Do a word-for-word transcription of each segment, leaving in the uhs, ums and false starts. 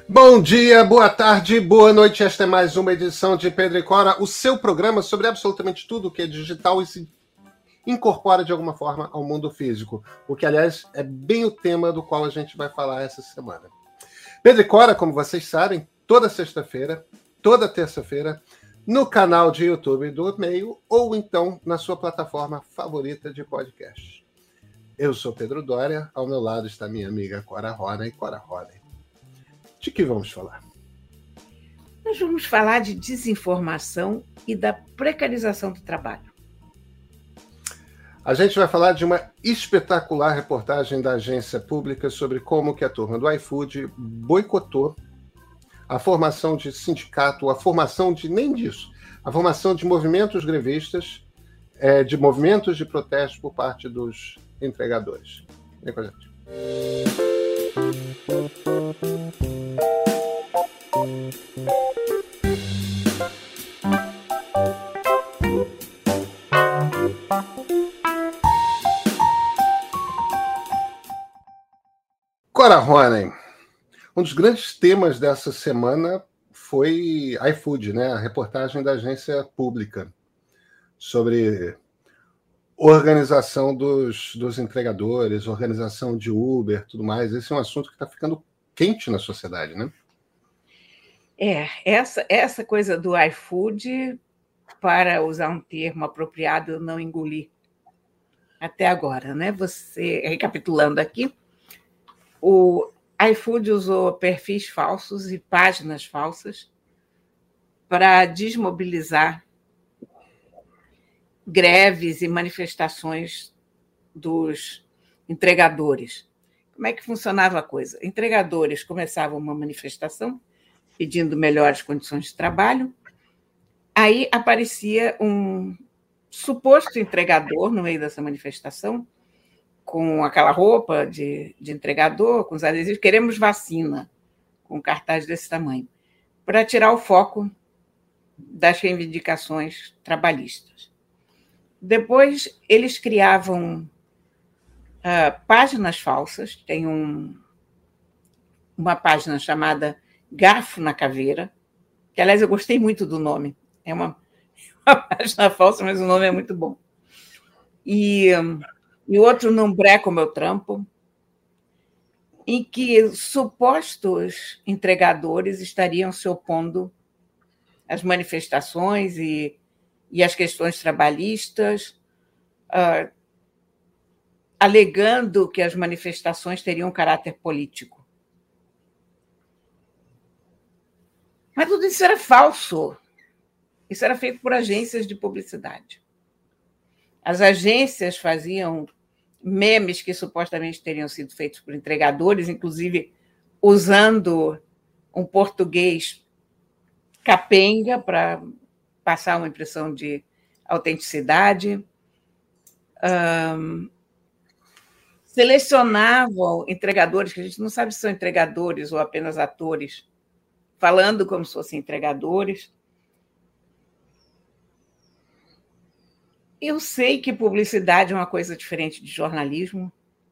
Bom dia, boa tarde, boa noite. Esta é mais uma edição de Pedro e Cora, o seu programa sobre absolutamente tudo que é digital e se incorpora de alguma forma ao mundo físico, o que, aliás, é bem o tema do qual a gente vai falar essa semana. Pedro e Cora, como vocês sabem, toda sexta-feira, toda terça-feira, no canal de YouTube do Meio ou então na sua plataforma favorita de podcast. Eu sou Pedro Dória, ao meu lado está minha amiga Cora Rona e Cora Rona. De que vamos falar? Nós vamos falar de desinformação e da precarização do trabalho. A gente vai falar de uma espetacular reportagem da agência pública sobre como que a turma do iFood boicotou a formação de sindicato, a formação de, nem disso, a formação de movimentos grevistas, é, de movimentos de protesto por parte dos entregadores. Vem com a gente. Cora Ronen, um dos grandes temas dessa semana foi iFood, né? A reportagem da agência pública sobre organização dos, dos entregadores, organização de Uber, tudo mais. Esse é um assunto que está ficando quente na sociedade, né? É, essa, essa coisa do iFood, para usar um termo apropriado, eu não engoli até agora, né? Você, recapitulando aqui, o iFood usou perfis falsos e páginas falsas para desmobilizar greves e manifestações dos entregadores. Como é que funcionava a coisa? Entregadores começavam uma manifestação pedindo melhores condições de trabalho, aí aparecia um suposto entregador no meio dessa manifestação, com aquela roupa de, de entregador, com os adesivos, queremos vacina, com um cartaz desse tamanho, para tirar o foco das reivindicações trabalhistas. Depois, eles criavam uh, páginas falsas, tem um, uma página chamada Garfo na Caveira, que, aliás, eu gostei muito do nome, é uma, uma página falsa, mas o nome é muito bom. E... e outro Não Breco Meu Trampo, em que supostos entregadores estariam se opondo às manifestações e, e às questões trabalhistas, uh, alegando que as manifestações teriam caráter político. Mas tudo isso era falso. Isso era feito por agências de publicidade. As agências faziam memes que supostamente teriam sido feitos por entregadores, inclusive usando um português capenga para passar uma impressão de autenticidade. Um, selecionavam entregadores, que a gente não sabe se são entregadores ou apenas atores, falando como se fossem entregadores. Eu sei que publicidade é uma coisa diferente de jornalismo,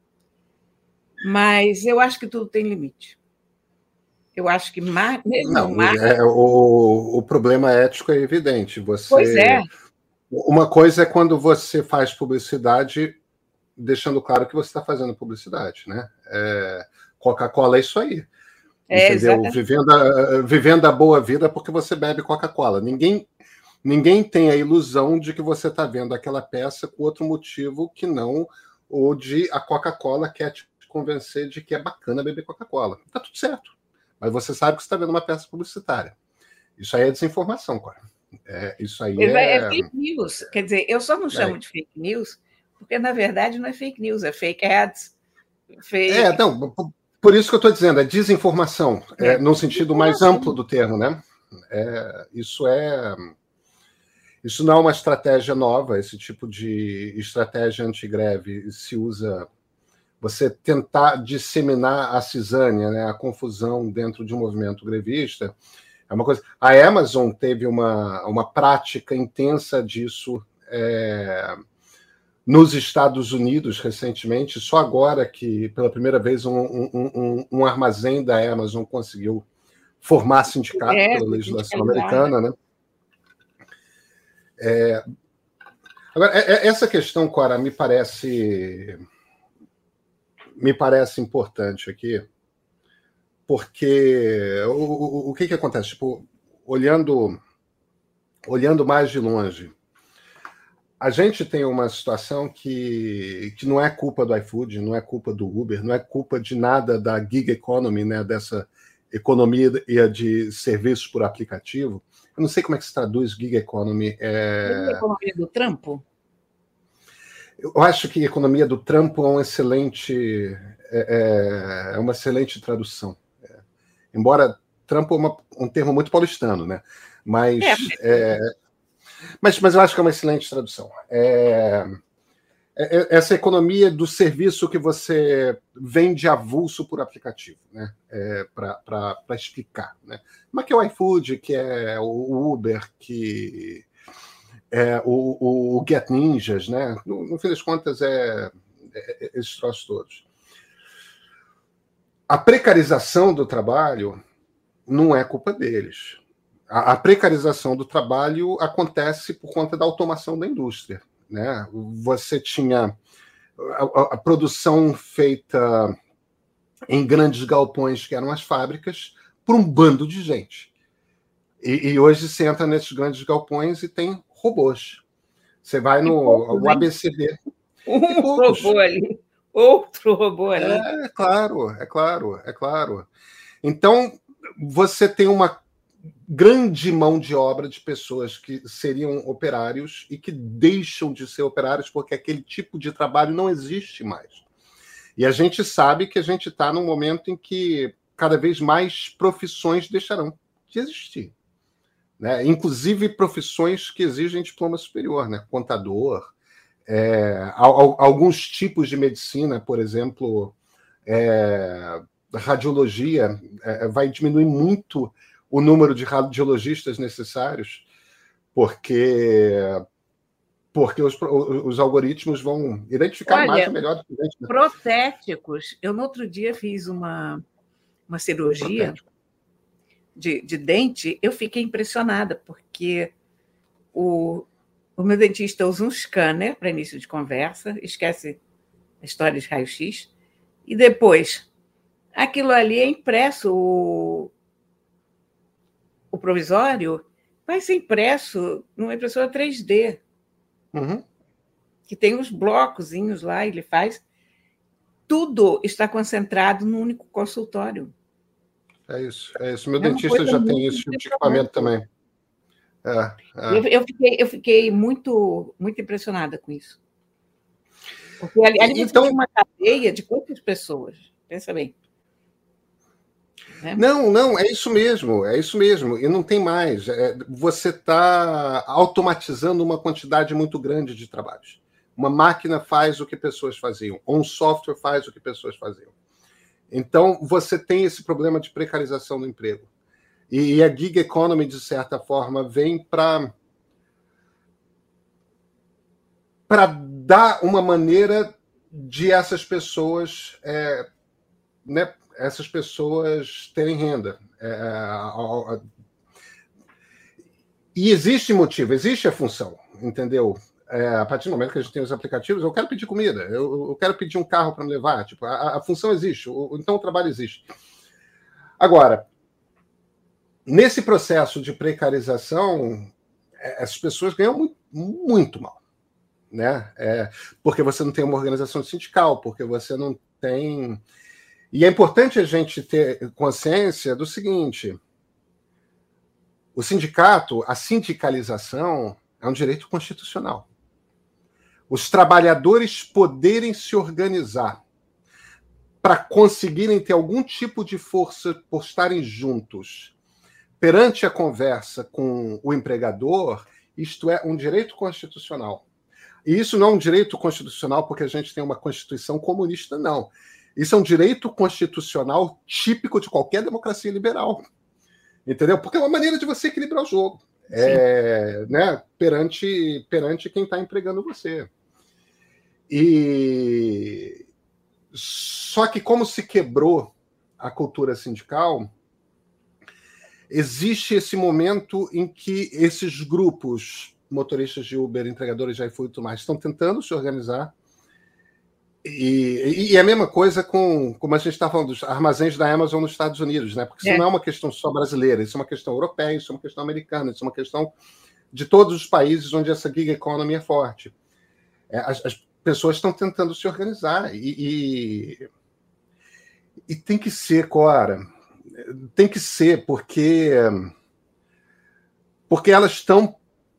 mas eu acho que tudo tem limite. Eu acho que mar... não, mar... é, o, o problema ético é evidente. Você, pois é. Uma coisa é quando você faz publicidade deixando claro que você está fazendo publicidade, né? É, Coca-Cola é isso aí. É, entendeu? Vivendo a, vivendo a boa vida porque você bebe Coca-Cola. Ninguém... Ninguém tem a ilusão de que você está vendo aquela peça com outro motivo que não o de a Coca-Cola quer te convencer de que é bacana beber Coca-Cola. Está tudo certo. Mas você sabe que você está vendo uma peça publicitária. Isso aí é desinformação, cara. É, isso aí é... é fake news. Quer dizer, eu só não chamo é. de fake news porque, na verdade, não é fake news, é fake ads. Fake... É, não, por isso que eu estou dizendo, é desinformação, é, é, no sentido mais amplo do termo, né? É, isso é... Isso não é uma estratégia nova, esse tipo de estratégia antigreve se usa... Você tentar disseminar a cisânia, né, a confusão dentro de um movimento grevista, é uma coisa... A Amazon teve uma, uma prática intensa disso é, nos Estados Unidos recentemente, só agora que, pela primeira vez, um, um, um, um armazém da Amazon conseguiu formar sindicato É, pela legislação americana, né? É, agora, essa questão, Cora, me parece me parece importante aqui, porque o, o, o que que acontece? Tipo, olhando olhando mais de longe, a gente tem uma situação que, que não é culpa do iFood, não é culpa do Uber, não é culpa de nada da gig economy, né, dessa economia de serviços por aplicativo. Eu não sei como é que se traduz gig economy. É... A economia do trampo? Eu acho que economia do trampo é um excelente, é, é uma excelente tradução. É. Embora trampo é uma, um termo muito paulistano, né? Mas, é, é, mas, mas eu acho que é uma excelente tradução. É, é, essa economia do serviço que você vende avulso por aplicativo, né? É, para explicar. Né? Mas que é o iFood, que é o Uber, que é o, o Get Ninjas, né? No, no fim das contas, é, é, é esses troços todos. A precarização do trabalho não é culpa deles. A, a precarização do trabalho acontece por conta da automação da indústria. Né? Você tinha a, a produção feita em grandes galpões, que eram as fábricas, por um bando de gente. E, e hoje você entra nesses grandes galpões e tem robôs. Você vai no poucos, A B C D. Um robô ali, outro robô ali. É, é claro, é claro, é claro. Então, você tem uma grande mão de obra de pessoas que seriam operários e que deixam de ser operários porque aquele tipo de trabalho não existe mais. E a gente sabe que a gente está num momento em que cada vez mais profissões deixarão de existir. Né? Inclusive profissões que exigem diploma superior, né? Contador, é, alguns tipos de medicina, por exemplo, é, radiologia, é, vai diminuir muito o número de radiologistas necessários, porque porque os, os algoritmos vão identificar Olha, a imagem melhor do que a gente. Né? Protéticos. Eu, no outro dia, fiz uma, uma cirurgia de, de dente. Eu fiquei impressionada, porque o, o meu dentista usa um scanner para início de conversa, esquece a história de raio-x, e depois aquilo ali é impresso, o, o provisório vai ser impresso numa impressora três D. Uhum. Que tem os blocozinhos lá, ele faz. Tudo está concentrado num único consultório. É isso, é isso. Meu é dentista já tem esse tipo de equipamento também. É, é. Eu, eu, fiquei, eu fiquei muito, muito impressionada com isso. Porque ali, ali você então, tem uma cadeia de quantas pessoas? Pensa bem. Né? Não, não, é isso mesmo, é isso mesmo. E não tem mais. É, você está automatizando uma quantidade muito grande de trabalhos. Uma máquina faz o que pessoas faziam, ou um software faz o que pessoas faziam. Então, você tem esse problema de precarização do emprego. E, e a gig economy, de certa forma, vem para para dar uma maneira de essas pessoas, é, né, essas pessoas terem renda. É, a, a, a... E existe motivo, existe a função, entendeu? É, a partir do momento que a gente tem os aplicativos, eu quero pedir comida, eu, eu quero pedir um carro para me levar. Tipo, a, a função existe, o, então o trabalho existe. Agora, nesse processo de precarização, as pessoas ganham muito, muito mal. Né? É, porque você não tem uma organização sindical, porque você não tem... E é importante a gente ter consciência do seguinte: o sindicato, a sindicalização é um direito constitucional. Os trabalhadores poderem se organizar para conseguirem ter algum tipo de força por estarem juntos perante a conversa com o empregador, isto é um direito constitucional. E isso não é um direito constitucional porque a gente tem uma Constituição comunista, não. Isso é um direito constitucional típico de qualquer democracia liberal. Entendeu? Porque é uma maneira de você equilibrar o jogo. É, né, perante, perante quem está empregando você. E só que como se quebrou a cultura sindical, existe esse momento em que esses grupos, motoristas de Uber, entregadores de iFood e tudo mais, estão tentando se organizar. E, e é a mesma coisa com, como a gente está falando, dos armazéns da Amazon nos Estados Unidos, né? Porque isso é. não é uma questão só brasileira, isso é uma questão europeia, isso é uma questão americana, isso é uma questão de todos os países onde essa gig economy é forte. É, as, as pessoas estão tentando se organizar e, e, e tem que ser, Cora, tem que ser, porque, porque elas estão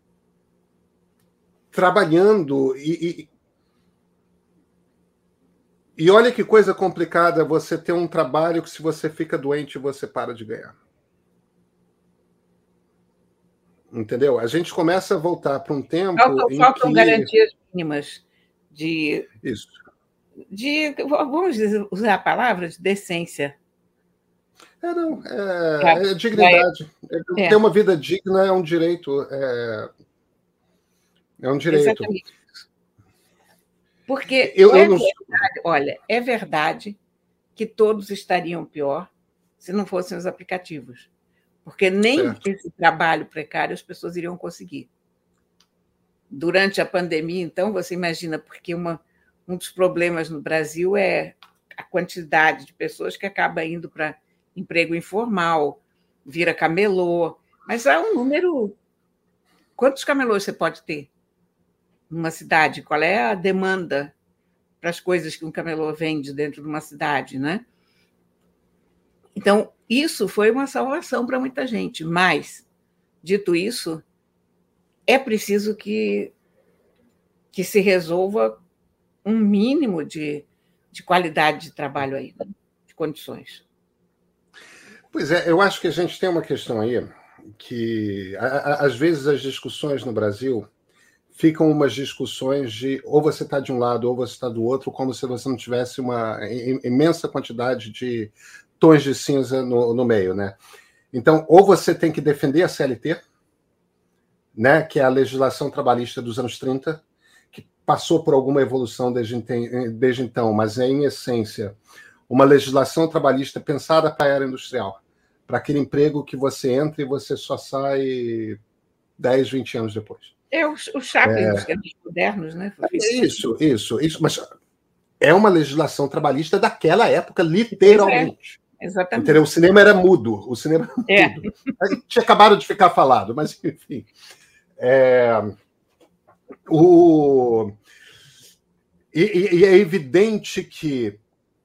trabalhando e, e E olha que coisa complicada você ter um trabalho que, se você fica doente, você para de ganhar. Entendeu? A gente começa a voltar para um tempo faltam, em faltam que... garantias mínimas de... Isso. de... Vamos usar a palavra de decência. É, não. É, é dignidade. É. Ter uma vida digna é um direito. É, é um direito. Exatamente. Porque eu, é eu não... verdade, olha, é verdade que todos estariam pior se não fossem os aplicativos. Porque nem certo. Esse trabalho precário as pessoas iriam conseguir. Durante a pandemia, então, você imagina, porque uma, um dos problemas no Brasil é a quantidade de pessoas que acaba indo para emprego informal, vira camelô, mas há um número... Quantos camelôs você pode ter numa cidade? Qual é a demanda para as coisas que um camelô vende dentro de uma cidade, né? Então, isso foi uma salvação para muita gente, mas, dito isso, é preciso que, que se resolva um mínimo de, de qualidade de trabalho aí, né? De condições. Pois é, eu acho que a gente tem uma questão aí que, a, a, às vezes, as discussões no Brasil ficam umas discussões de ou você está de um lado ou você está do outro, como se você não tivesse uma imensa quantidade de tons de cinza no, no meio, né? Então, ou você tem que defender a C L T, né, que é a legislação trabalhista dos anos trinta, que passou por alguma evolução desde, desde então, mas é, em essência, uma legislação trabalhista pensada para a era industrial, para aquele emprego que você entra e você só sai dez, vinte anos depois. É o, o Chaplin dos tempos modernos, né? Isso, isso, isso. Mas é uma legislação trabalhista daquela época, literalmente. É, exatamente. Entendeu? O cinema era mudo. O cinema era mudo. É. Tinha acabado de ficar falado, mas enfim. É, o, e, e é evidente que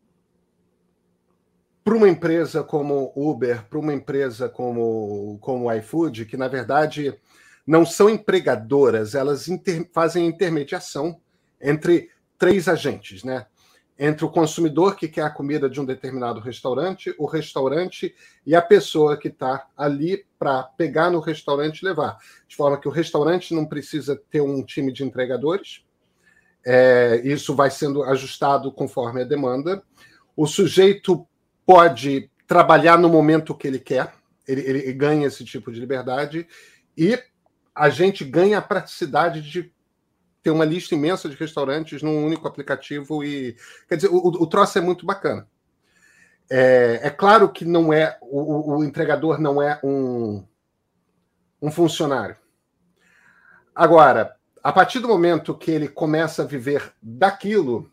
para uma empresa como Uber, para uma empresa como, como iFood, que na verdade não são empregadoras, elas inter, fazem intermediação entre três agentes, né? Entre o consumidor que quer a comida de um determinado restaurante, o restaurante e a pessoa que está ali para pegar no restaurante e levar. De forma que o restaurante não precisa ter um time de entregadores, é, isso vai sendo ajustado conforme a demanda. O sujeito pode trabalhar no momento que ele quer, ele, ele ganha esse tipo de liberdade, e a gente ganha a praticidade de ter uma lista imensa de restaurantes num único aplicativo. E quer dizer, o, o troço é muito bacana. É, é claro que não é o, o entregador não é um, um funcionário. Agora, a partir do momento que ele começa a viver daquilo,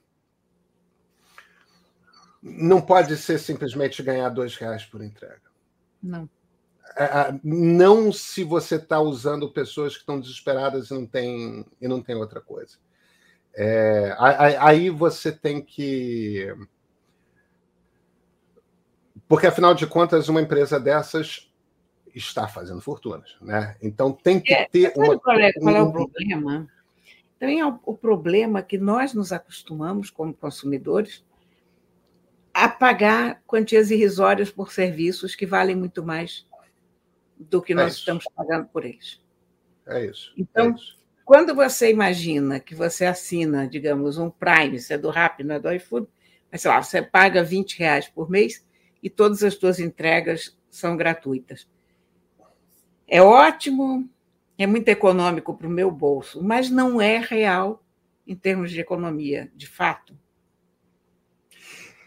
não pode ser simplesmente ganhar dois reais por entrega. Não. Não se você está usando pessoas que estão desesperadas e não tem, e não tem outra coisa. É, aí você tem que... Porque, afinal de contas, uma empresa dessas está fazendo fortunas, né? Então tem que é, ter uma... Qual é, qual é o problema? Também é o, o problema que nós nos acostumamos, como consumidores, a pagar quantias irrisórias por serviços que valem muito mais do que nós é estamos pagando por eles. É isso. Então, é isso. Quando você imagina que você assina, digamos, um Prime, se é do Rappi, não é do iFood, mas, sei lá, você paga vinte reais por mês e todas as suas entregas são gratuitas. É ótimo, é muito econômico para o meu bolso, mas não é real em termos de economia, de fato.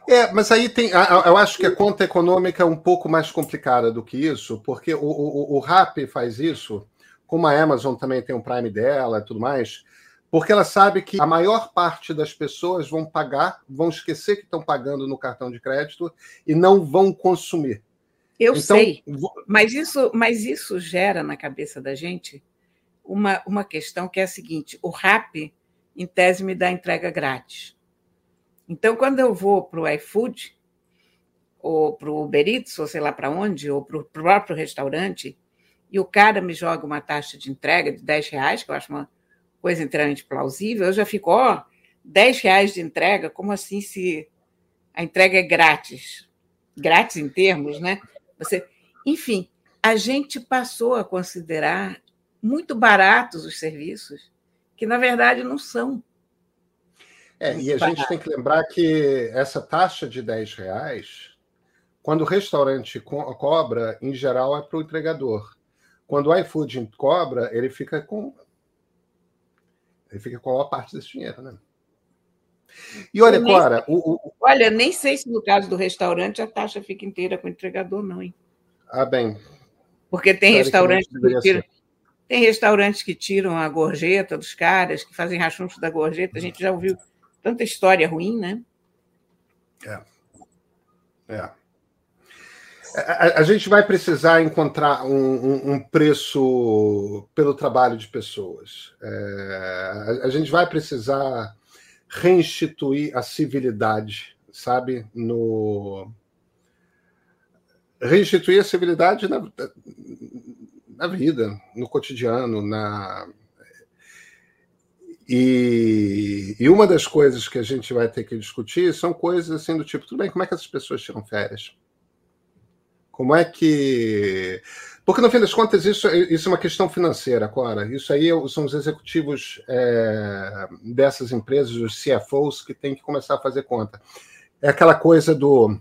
É, mas aí tem. Eu acho que a conta econômica é um pouco mais complicada do que isso, porque o, o, o Rappi faz isso, como a Amazon também tem o Prime dela e tudo mais, porque ela sabe que a maior parte das pessoas vão pagar, vão esquecer que estão pagando no cartão de crédito e não vão consumir. Eu então, sei, mas isso, mas isso gera na cabeça da gente uma, uma questão que é a seguinte: o Rappi, em tese, me dá entrega grátis. Então, quando eu vou para o iFood, ou para o Uber Eats, ou sei lá para onde, ou para o próprio restaurante, e o cara me joga uma taxa de entrega de dez reais, que eu acho uma coisa inteiramente plausível, eu já fico, ó, dez reais de entrega, como assim se a entrega é grátis? Grátis em termos, né? Você... Enfim, a gente passou a considerar muito baratos os serviços, que, na verdade, não são. É, e a gente tem que lembrar que essa taxa de dez reais, quando o restaurante co- cobra, em geral é para o entregador. Quando o iFood cobra, ele fica com ele fica com a maior parte desse dinheiro, né? E olha, Cora... O, o... Olha, nem sei se no caso do restaurante a taxa fica inteira com o entregador, não, hein? Ah, bem. Porque tem restaurantes que tiram, tem restaurantes que tiram a gorjeta dos caras, que fazem rachuncho da gorjeta. A gente já ouviu tanta história ruim, né? É. É. A, a gente vai precisar encontrar um, um, um preço pelo trabalho de pessoas. É, a, a gente vai precisar reinstituir a civilidade, sabe? No... Reinstituir a civilidade na, na vida, no cotidiano, na... E, e uma das coisas que a gente vai ter que discutir são coisas assim do tipo, tudo bem, como é que essas pessoas tiram férias? Como é que... Porque, no fim das contas, isso, isso é uma questão financeira, Cora. Isso aí são os executivos é, dessas empresas, os C F Os, que têm que começar a fazer conta. É aquela coisa do...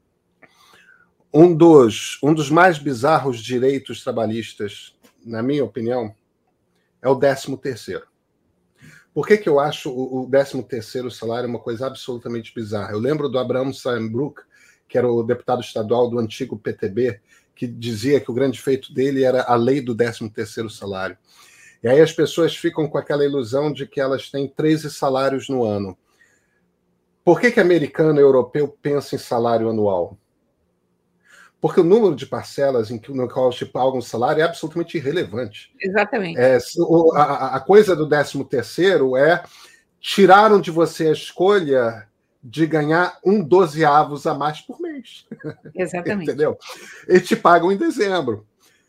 Um dos, um dos mais bizarros direitos trabalhistas, na minha opinião, é o décimo terceiro. Por que, que eu acho o décimo terceiro salário uma coisa absolutamente bizarra? Eu lembro do Abraham Steinbrück, que era o deputado estadual do antigo P T B, que dizia que o grande feito dele era a lei do décimo terceiro salário. E aí as pessoas ficam com aquela ilusão de que elas têm treze salários no ano. Por que que americano e europeu pensa em salário anual? Porque o número de parcelas em que no qual se paga um salário é absolutamente irrelevante. Exatamente. É, a, a coisa do décimo terceiro é tiraram de você a escolha de ganhar um dozeavos a mais por mês. Exatamente. Entendeu? E te pagam em dezembro.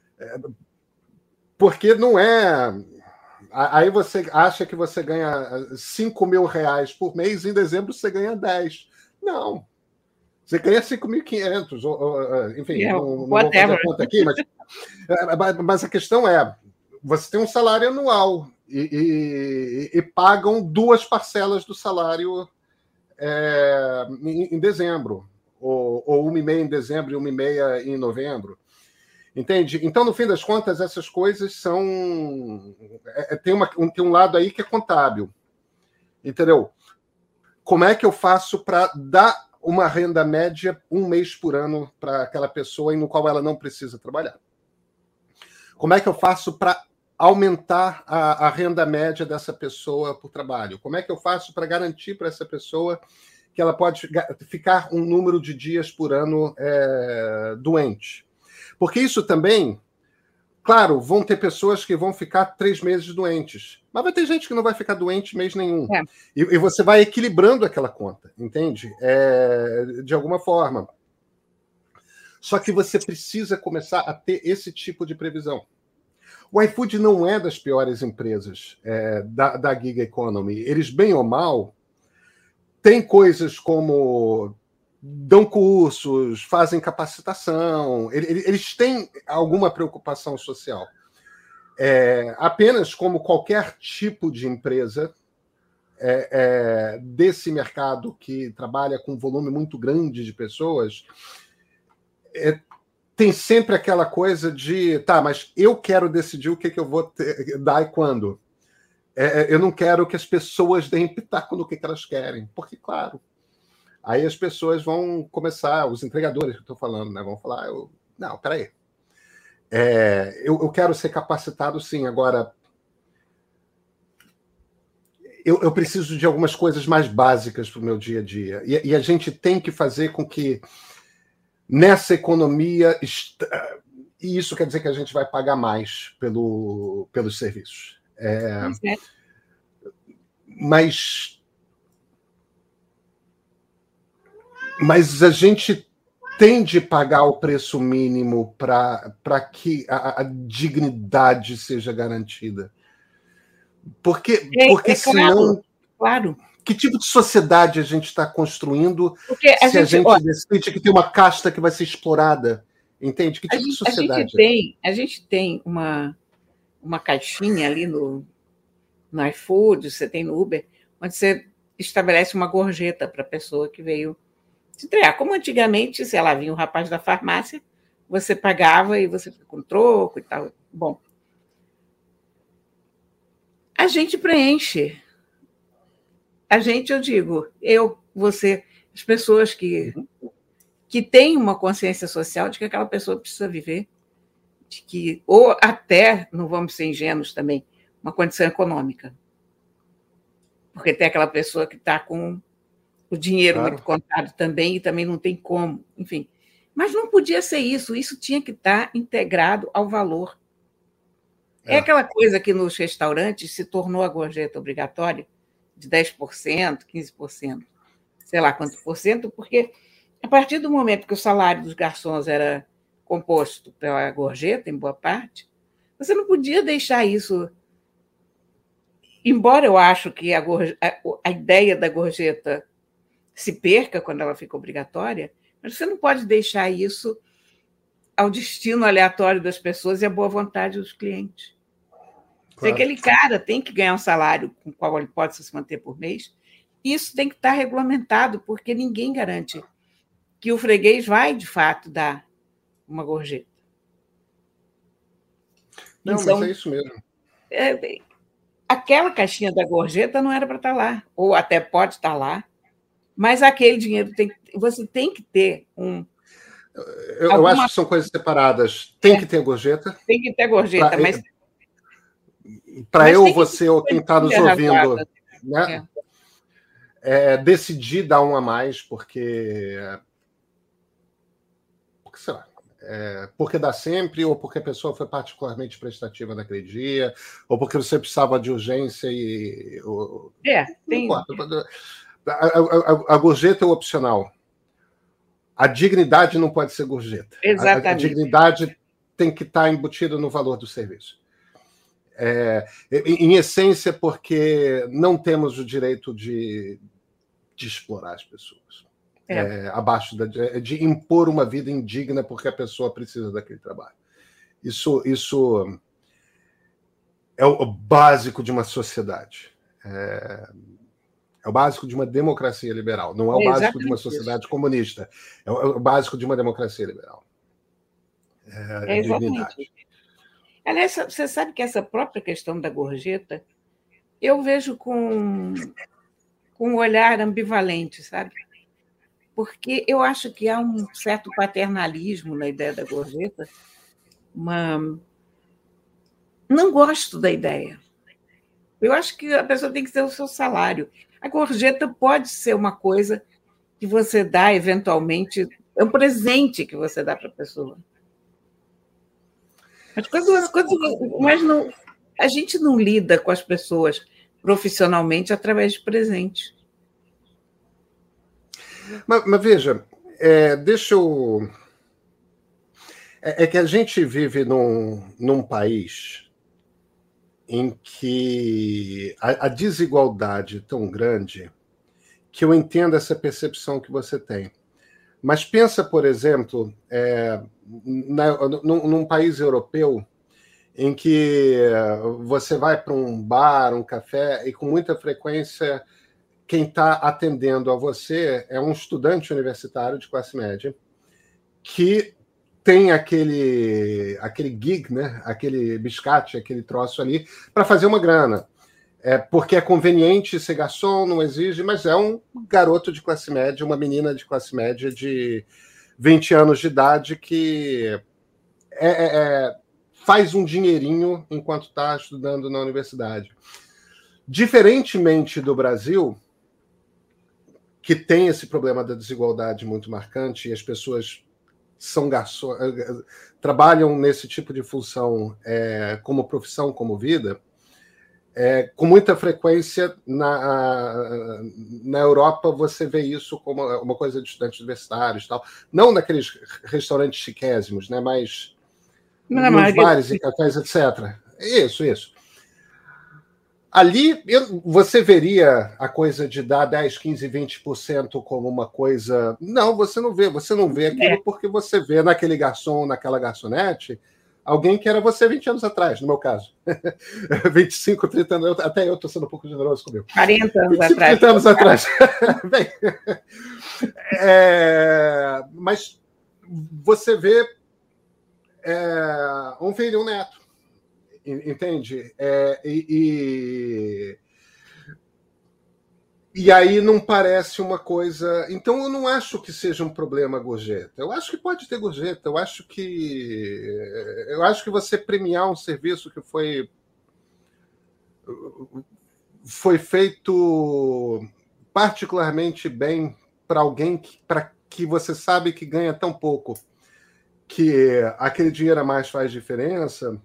Porque não é... Aí você acha que você ganha cinco mil reais por mês, e em dezembro você ganha dez. Não. Você ganha cinco mil e quinhentos. Enfim, yeah, não, não vou fazer a conta aqui, mas, mas a questão é, você tem um salário anual e, e, e pagam duas parcelas do salário é, em, em dezembro, ou, ou uma e meia em dezembro e uma e meia em novembro. Entende? Então, no fim das contas, essas coisas são... É, tem, uma, um, tem um lado aí que é contábil. Entendeu? Como é que eu faço para dar uma renda média um mês por ano para aquela pessoa e no qual ela não precisa trabalhar? Como é que eu faço para aumentar a, a renda média dessa pessoa por trabalho? Como é que eu faço para garantir para essa pessoa que ela pode ficar um número de dias por ano é, doente? Porque isso também, claro, vão ter pessoas que vão ficar três meses doentes, mas vai ter gente que não vai ficar doente mês nenhum. É. E, e você vai equilibrando aquela conta, entende? É, de alguma forma. Só que você precisa começar a ter esse tipo de previsão. O iFood não é das piores empresas é, da, da gig economy. Eles, bem ou mal, têm coisas como... dão cursos, fazem capacitação, eles têm alguma preocupação social. É, apenas como qualquer tipo de empresa é, é, desse mercado que trabalha com um volume muito grande de pessoas, é, tem sempre aquela coisa de, tá, mas eu quero decidir o que, que eu vou ter, dar e quando. É, eu não quero que as pessoas deem pitaco no que, que elas querem, porque, claro, Aí as pessoas vão começar, os entregadores que eu estou falando, né, vão falar, eu, não, peraí, é, eu, eu quero ser capacitado sim, agora eu, eu preciso de algumas coisas mais básicas para o meu dia a dia. E, e a gente tem que fazer com que nessa economia, e isso quer dizer que a gente vai pagar mais pelo, pelos serviços. É, é. Mas Mas a gente tem de pagar o preço mínimo para que a, a dignidade seja garantida. Porque, É, porque é senão. claro, claro. Que tipo de sociedade a gente está construindo Porque a se a gente, gente ó, decide que tem uma casta que vai ser explorada? Entende? Que a tipo de gente, a gente sociedade? tem, a gente tem uma, uma caixinha ali no, no iFood, você tem no Uber, onde você estabelece uma gorjeta para a pessoa que veio se entregar. Como antigamente, sei lá, vinha o rapaz da farmácia, você pagava e você fica com troco e tal. Bom, a gente preenche. A gente, eu digo, eu, você, as pessoas que, que têm uma consciência social de que aquela pessoa precisa viver, de que, ou até, não vamos ser ingênuos também, uma condição econômica. Porque tem aquela pessoa que está com o dinheiro Claro. muito contado também e também não tem como, enfim. Mas não podia ser isso, isso tinha que estar integrado ao valor. É, é aquela coisa que nos restaurantes se tornou a gorjeta obrigatória, de dez por cento, quinze por cento, sei lá quanto por cento, porque a partir do momento que o salário dos garçons era composto pela gorjeta, em boa parte, você não podia deixar isso. Embora eu acho que a, gorje... a ideia da gorjeta se perca quando ela fica obrigatória, mas você não pode deixar isso ao destino aleatório das pessoas e à boa vontade dos clientes. Se claro. Aquele cara tem que ganhar um salário com o qual ele pode se manter por mês, isso tem que estar regulamentado, porque ninguém garante que o freguês vai, de fato, dar uma gorjeta. Não, então, mas é isso mesmo. É, aquela caixinha da gorjeta não era para estar lá, ou até pode estar lá, mas aquele dinheiro tem, você tem que ter um. Eu, alguma... eu acho que são coisas separadas. Tem é, que ter gorjeta. Tem que ter gorjeta, pra, mas. Para eu, você ou quem está nos ouvindo, né, é. É, decidir dar um a mais, porque. Porque, sei lá. É, porque dá sempre, ou porque a pessoa foi particularmente prestativa naquele dia, ou porque você precisava de urgência e. Ou, é, tem. A, a, a, a gorjeta é opcional. A dignidade não pode ser gorjeta. Exatamente. A, a dignidade tem que estar embutida no valor do serviço. É, em essência, porque não temos o direito de, de explorar as pessoas. É. É, abaixo da, de impor uma vida indigna porque a pessoa precisa daquele trabalho. Isso, isso é o básico de uma sociedade. É, é o básico de uma democracia liberal. Não é o é básico de uma sociedade isso. comunista. É o, é o básico de uma democracia liberal. É, é exatamente. Aliás, você sabe que essa própria questão da gorjeta eu vejo com, com um olhar ambivalente, sabe? Porque eu acho que há um certo paternalismo na ideia da gorjeta. Uma... Não gosto da ideia. Eu acho que a pessoa tem que ter o seu salário. A gorjeta pode ser uma coisa que você dá, eventualmente, é um presente que você dá para a pessoa. Mas, quando, quando, mas não, a gente não lida com as pessoas profissionalmente através de presentes. Mas, mas veja, é, deixa eu... É, é que a gente vive num, num país em que a, a desigualdade é tão grande que eu entendo essa percepção que você tem. Mas pensa, por exemplo, é, na, num, num país europeu em que você vai para um bar, um café, e com muita frequência quem está atendendo a você é um estudante universitário de classe média que tem aquele, aquele gig, né? Aquele biscate, aquele troço ali, para fazer uma grana. É porque é conveniente ser garçom, não exige, mas é um garoto de classe média, uma menina de classe média de vinte anos de idade que é, é, é, faz um dinheirinho enquanto está estudando na universidade. Diferentemente do Brasil, que tem esse problema da desigualdade muito marcante e as pessoas são garçom, trabalham nesse tipo de função é, como profissão, como vida, é, com muita frequência na, na Europa você vê isso como uma coisa de estudantes universitários, tal. Não naqueles restaurantes chiquésimos, né, mas não, nos bares e cafés, etcétera. Isso, isso. Ali eu, você veria a coisa de dar dez, quinze, vinte por cento como uma coisa... Não, você não vê. Você não vê aquilo é. porque você vê naquele garçom, naquela garçonete, alguém que era você vinte anos atrás, no meu caso. vinte e cinco, trinta anos. Até eu estou sendo um pouco generoso comigo. quarenta anos vinte e cinco, atrás. trinta anos atrás. Bem, é, mas você vê é, um filho e um neto. Entende? É, e, e, e aí não parece uma coisa... Então eu não acho que seja um problema gorjeta. Eu acho que pode ter gorjeta. Eu acho que eu acho que você premiar um serviço que foi foi feito particularmente bem para alguém que, para que você sabe que ganha tão pouco que aquele dinheiro a mais faz diferença.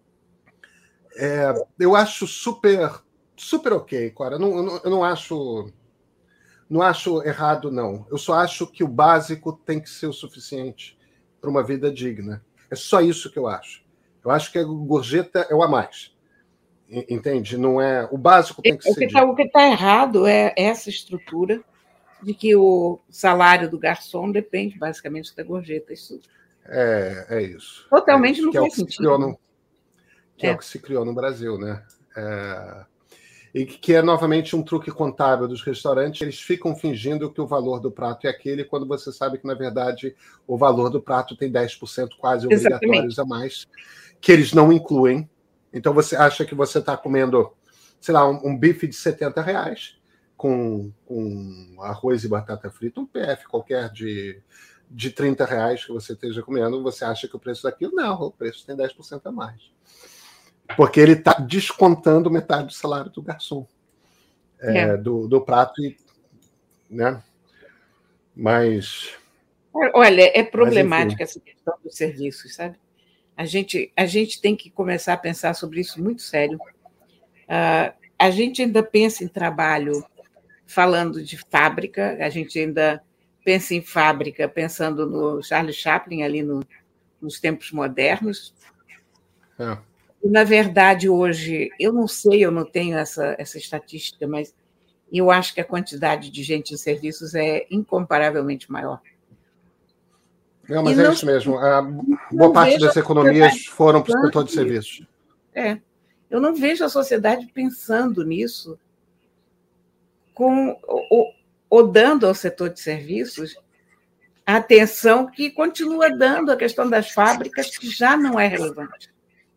É, eu acho super, super ok, Cora. Eu não, eu não, eu não acho, não acho errado, não. Eu só acho que o básico tem que ser o suficiente para uma vida digna. É só isso que eu acho. Eu acho que a gorjeta é o a mais. Entende? Não é o básico tem que o ser. Que tá, o que está errado é essa estrutura de que o salário do garçom depende basicamente da gorjeta. Isso é, é isso. Totalmente é isso, não faz é sentido. Que é. é o que se criou no Brasil, né? É... E que é, novamente, um truque contábil dos restaurantes. Eles ficam fingindo que o valor do prato é aquele, quando você sabe que, na verdade, o valor do prato tem dez por cento quase obrigatórios Exatamente. a mais, que eles não incluem. Então, você acha que você está comendo, sei lá, um, um bife de setenta reais, com, com arroz e batata frita, um P F qualquer de, de trinta reais que você esteja comendo, você acha que o preço daquilo... Não, o preço tem dez por cento a mais. Porque ele está descontando metade do salário do garçom, é, é. Do, do prato, e, né? Mas... Olha, é problemática essa questão dos serviços, sabe? A gente, a gente tem que começar a pensar sobre isso muito sério. Uh, a gente ainda pensa em trabalho falando de fábrica, a gente ainda pensa em fábrica pensando no Charlie Chaplin, ali no, nos tempos modernos. É. Na verdade, hoje, eu não sei, eu não tenho essa, essa estatística, mas eu acho que a quantidade de gente em serviços é incomparavelmente maior. Não, mas e é não, isso mesmo. A boa parte das economias foram para o setor de serviços. É. Eu não vejo a sociedade pensando nisso, com, ou, ou dando ao setor de serviços a atenção que continua dando à questão das fábricas, que já não é relevante.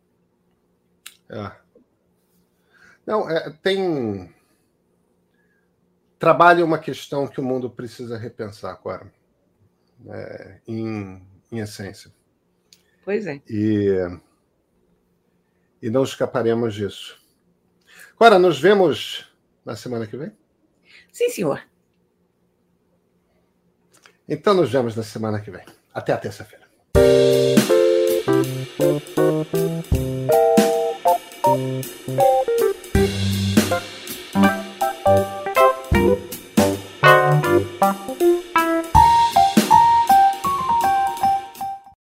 É. Não, é, tem... Trabalho é uma questão que o mundo precisa repensar, Cora, é, em, em essência. Pois é. E, e não escaparemos disso. Cora, nos vemos na semana que vem? Sim, senhor. Então nos vemos na semana que vem. Até a terça-feira. Thank you.